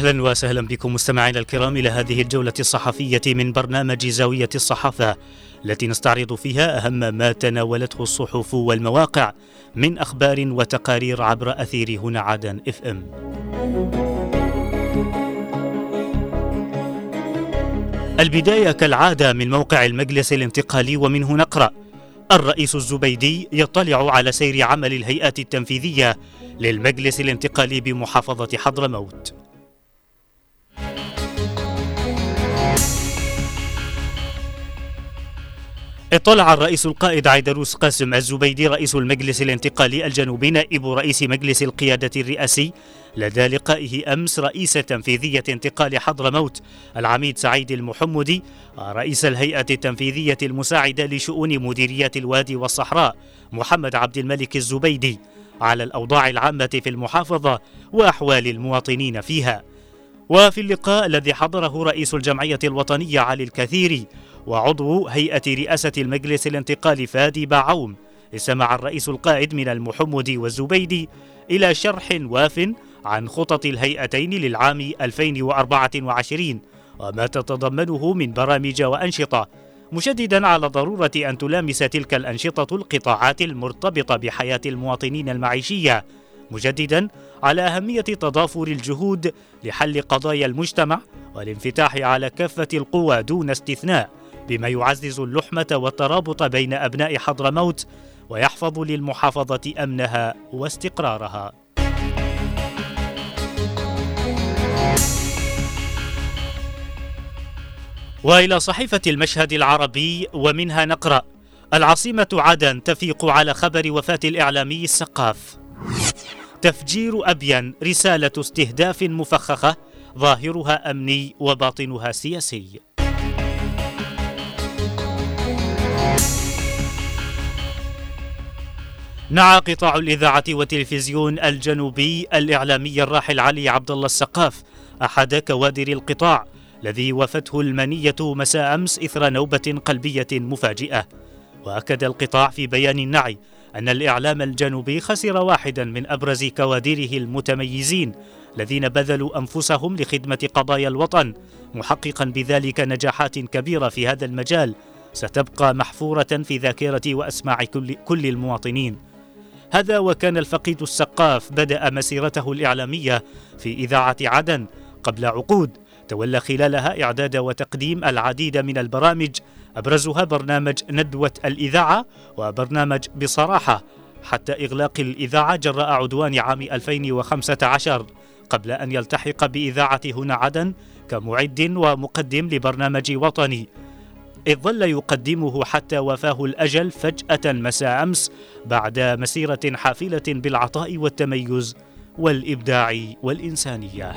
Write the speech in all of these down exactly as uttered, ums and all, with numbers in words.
أهلا وسهلا بكم مستمعينا الكرام إلى هذه الجولة الصحفية من برنامج زاوية الصحافة، التي نستعرض فيها أهم ما تناولته الصحف والمواقع من أخبار وتقارير عبر أثير هنا عدن اف ام. البداية كالعادة من موقع المجلس الانتقالي، ومنه نقرأ: الرئيس الزبيدي يطلع على سير عمل الهيئات التنفيذية للمجلس الانتقالي بمحافظة حضرموت. اطلع الرئيس القائد عيدروس قاسم الزبيدي رئيس المجلس الانتقالي الجنوبي نائب رئيس مجلس القيادة الرئاسي لدى لقائه أمس رئيس تنفيذية انتقال حضرموت العميد سعيد المحمدي، رئيس الهيئة التنفيذية المساعدة لشؤون مديريات الوادي والصحراء محمد عبد الملك الزبيدي على الأوضاع العامة في المحافظة وأحوال المواطنين فيها. وفي اللقاء الذي حضره رئيس الجمعية الوطنية علي الكثيري وعضو هيئة رئاسة المجلس الانتقالي فادي باعوم، استمع الرئيس القائد من المحمدي والزبيدي إلى شرح واف عن خطط الهيئتين للعام ألفين وأربعة وعشرين وما تتضمنه من برامج وأنشطة، مشددا على ضرورة أن تلامس تلك الأنشطة القطاعات المرتبطة بحياة المواطنين المعيشية، مجددا على أهمية تضافر الجهود لحل قضايا المجتمع والانفتاح على كافة القوى دون استثناء، بما يعزز اللحمة والترابط بين أبناء حضرموت ويحفظ للمحافظة أمنها واستقرارها. وإلى صحيفة المشهد العربي، ومنها نقرأ: العاصمة عدن تفيق على خبر وفاة الإعلامي السقاف. تفجير أبين رسالة استهداف مفخخة ظاهرها أمني وباطنها سياسي. نعى قطاع الإذاعة والتلفزيون الجنوبي الإعلامي الراحل علي عبد الله السقاف أحد كوادر القطاع الذي وافته المنية مساء أمس إثر نوبة قلبية مفاجئة. وأكد القطاع في بيان النعي أن الإعلام الجنوبي خسر واحدا من أبرز كوادره المتميزين الذين بذلوا أنفسهم لخدمة قضايا الوطن، محققا بذلك نجاحات كبيرة في هذا المجال ستبقى محفورة في ذاكرة وأسماع كل, كل المواطنين. هذا وكان الفقيد السقاف بدأ مسيرته الإعلامية في إذاعة عدن قبل عقود، تولى خلالها إعداد وتقديم العديد من البرامج، أبرزها برنامج ندوة الإذاعة وبرنامج بصراحة، حتى إغلاق الإذاعة جراء عدوان عام ألفين وخمسة عشر، قبل أن يلتحق بإذاعة هنا عدن كمعد ومقدم لبرنامج وطني، إذ ظل يقدمه حتى وفاه الأجل فجأة مساء أمس بعد مسيرة حافلة بالعطاء والتميز والإبداع والإنسانية.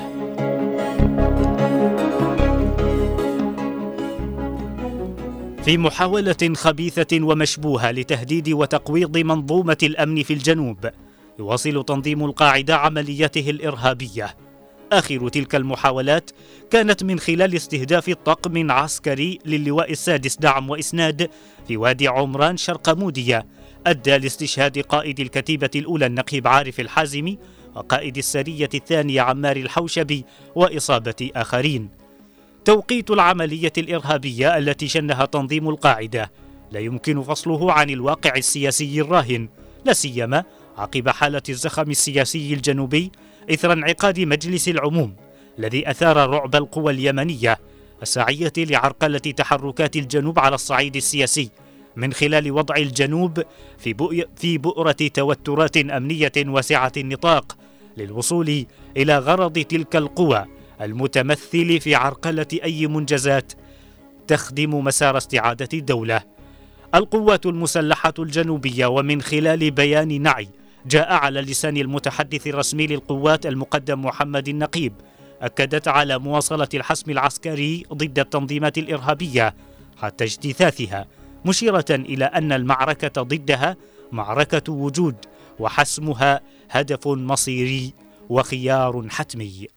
في محاولة خبيثة ومشبوهة لتهديد وتقويض منظومة الأمن في الجنوب، يواصل تنظيم القاعدة عملياته الإرهابية. آخر تلك المحاولات كانت من خلال استهداف طقم عسكري للواء السادس دعم وإسناد في وادي عمران شرق مودية، أدى لاستشهاد قائد الكتيبة الأولى النقيب عارف الحازمي وقائد السرية الثانية عمار الحوشبي وإصابة آخرين. توقيت العملية الإرهابية التي شنها تنظيم القاعدة لا يمكن فصله عن الواقع السياسي الراهن، لا سيما عقب حالة الزخم السياسي الجنوبي إثر انعقاد مجلس العموم الذي أثار رعب القوى اليمنية الساعية لعرقلة تحركات الجنوب على الصعيد السياسي، من خلال وضع الجنوب في في بؤرة توترات أمنية واسعة النطاق للوصول إلى غرض تلك القوى المتمثل في عرقلة أي منجزات تخدم مسار استعادة الدولة. القوات المسلحة الجنوبية، ومن خلال بيان نعي جاء على لسان المتحدث الرسمي للقوات المقدم محمد النقيب، أكدت على مواصلة الحسم العسكري ضد التنظيمات الإرهابية حتى اجتثاثها، مشيرة إلى أن المعركة ضدها معركة وجود وحسمها هدف مصيري وخيار حتمي.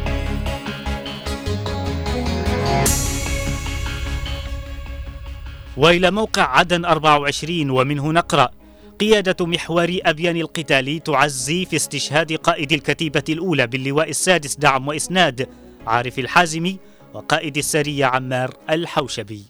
وإلى موقع عدن أربعة وعشرين، ومنه نقرأ: قيادة محور أبيان القتالي تعزي في استشهاد قائد الكتيبة الأولى باللواء السادس دعم وإسناد عارف الحازمي وقائد السرية عمار الحوشبي.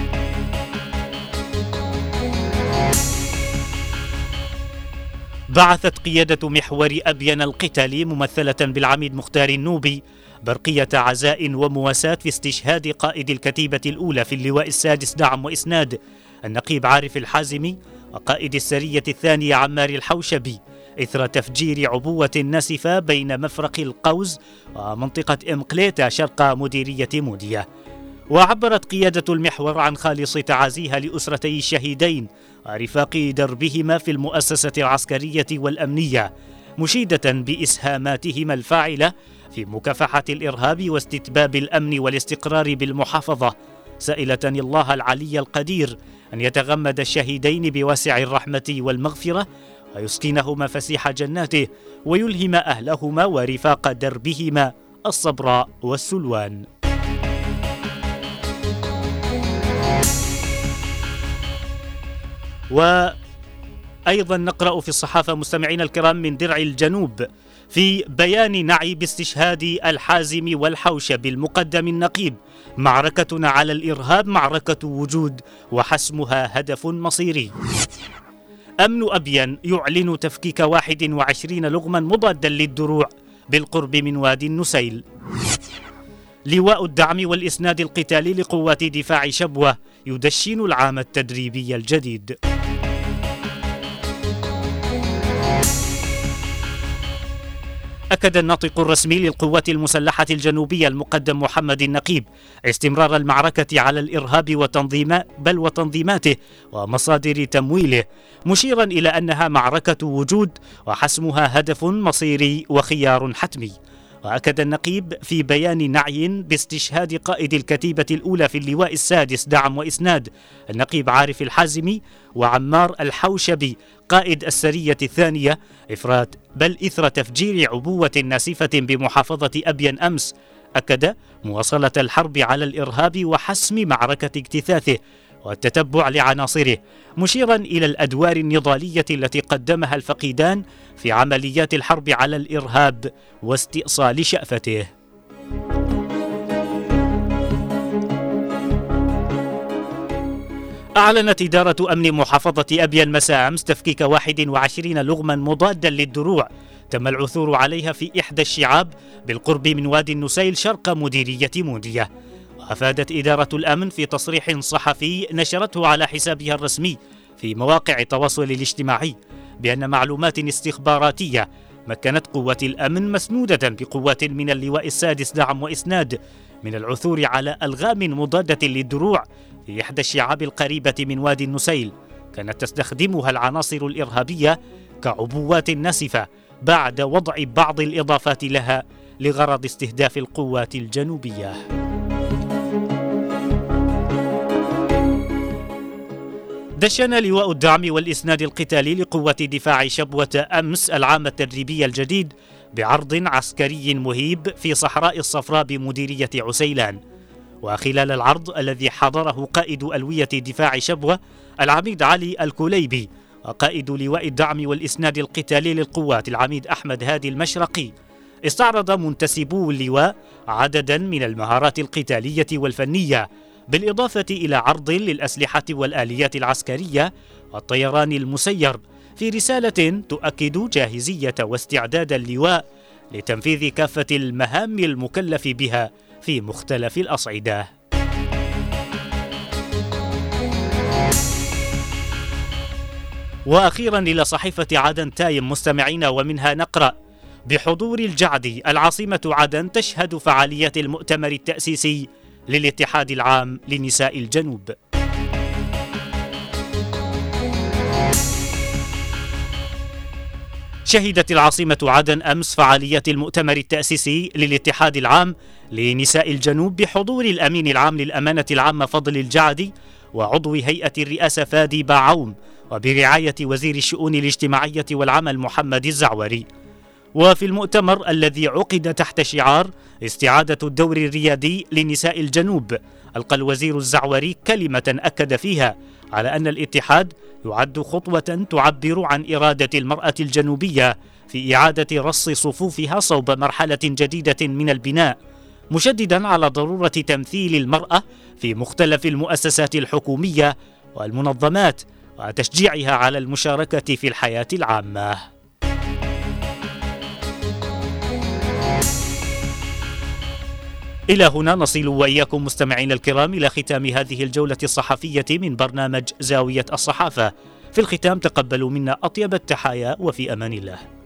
بعثت قيادة محور أبين القتالي ممثلة بالعميد مختار النوبي برقية عزاء ومواساة في استشهاد قائد الكتيبة الأولى في اللواء السادس دعم وإسناد النقيب عارف الحازمي وقائد السرية الثانية عمار الحوشبي إثر تفجير عبوة ناسفة بين مفرق القوز ومنطقة إمقليتا شرق مديرية مودية. وعبرت قيادة المحور عن خالص تعازيها لأسرتي الشهيدين ورفاق دربهما في المؤسسة العسكرية والأمنية، مشيدة بإسهاماتهما الفاعلة في مكافحة الإرهاب واستتباب الأمن والاستقرار بالمحافظة، سائلة الله العلي القدير أن يتغمد الشهيدين بواسع الرحمة والمغفرة ويسكنهما فسيح جناته ويلهم أهلهما ورفاق دربهما الصبر والسلوان. وأيضا نقرأ في الصحافة مستمعين الكرام من درع الجنوب في بيان نعي باستشهاد الحازمي والحوشبي المقدم النقيب: معركتنا على الإرهاب معركة وجود وحسمها هدف مصيري. أمن أبين يعلن تفكيك واحد وعشرين لغما مضادا للدروع بالقرب من وادي النسيل. لواء الدعم والإسناد القتالي لقوات دفاع شبوة يدشن العام التدريبي الجديد. أكد الناطق الرسمي للقوات المسلحة الجنوبية المقدم محمد النقيب استمرار المعركة على الإرهاب وتنظيم بل وتنظيماته ومصادر تمويله، مشيرا إلى أنها معركة وجود وحسمها هدف مصيري وخيار حتمي. وأكد النقيب في بيان نعي باستشهاد قائد الكتيبة الأولى في اللواء السادس دعم وإسناد النقيب عارف الحازمي وعمار الحوشبي قائد السرية الثانية إفراد بل إثر تفجير عبوة ناسفة بمحافظة أبين أمس، أكد مواصلة الحرب على الإرهاب وحسم معركة اجتثاثه والتتبع لعناصره، مشيرا إلى الأدوار النضالية التي قدمها الفقيدان في عمليات الحرب على الإرهاب واستئصال شأفته. أعلنت إدارة أمن محافظة أبين مساء أمس تفكيك واحد وعشرين لغما مضادا للدروع تم العثور عليها في إحدى الشعاب بالقرب من وادي النسيل شرق مديرية مودية. وأفادت إدارة الأمن في تصريح صحفي نشرته على حسابها الرسمي في مواقع التواصل الاجتماعي بأن معلومات استخباراتية مكنت قوات الأمن مسنودة بقوات من اللواء السادس دعم وإسناد من العثور على ألغام مضادة للدروع في إحدى الشعاب القريبة من وادي النسيل كانت تستخدمها العناصر الإرهابية كعبوات ناسفة بعد وضع بعض الإضافات لها لغرض استهداف القوات الجنوبية. دشن لواء الدعم والإسناد القتالي لقوات دفاع شبوة أمس العام التدريبي الجديد بعرض عسكري مهيب في صحراء الصفراء بمديرية عسيلان. وخلال العرض الذي حضره قائد ألوية دفاع شبوة العميد علي الكليبي وقائد لواء الدعم والإسناد القتالي للقوات العميد أحمد هادي المشرقي، استعرض منتسبو اللواء عددا من المهارات القتالية والفنية بالإضافة إلى عرض للأسلحة والآليات العسكرية والطيران المسير في رسالة تؤكد جاهزية واستعداد اللواء لتنفيذ كافة المهام المكلف بها في مختلف الأصعدة. وأخيرا إلى صحيفة عدن تايم مستمعين، ومنها نقرأ: بحضور الجعد العاصمة عدن تشهد فعاليات المؤتمر التأسيسي للاتحاد العام لنساء الجنوب. شهدت العاصمة عدن أمس فعاليات المؤتمر التأسيسي للاتحاد العام لنساء الجنوب بحضور الأمين العام للأمانة العامة فضل الجعدي وعضو هيئة الرئاسة فادي باعوم وبرعاية وزير الشؤون الاجتماعية والعمل محمد الزعوري. وفي المؤتمر الذي عقد تحت شعار استعادة الدور الريادي لنساء الجنوب، ألقى الوزير الزعوري كلمة أكد فيها على أن الاتحاد يعد خطوة تعبر عن إرادة المرأة الجنوبية في إعادة رص صفوفها صوب مرحلة جديدة من البناء، مشددا على ضرورة تمثيل المرأة في مختلف المؤسسات الحكومية والمنظمات وتشجيعها على المشاركة في الحياة العامة. إلى هنا نصل وإياكم مستمعين الكرام إلى ختام هذه الجولة الصحفية من برنامج زاوية الصحافة. في الختام تقبلوا منا أطيب التحايا وفي أمان الله.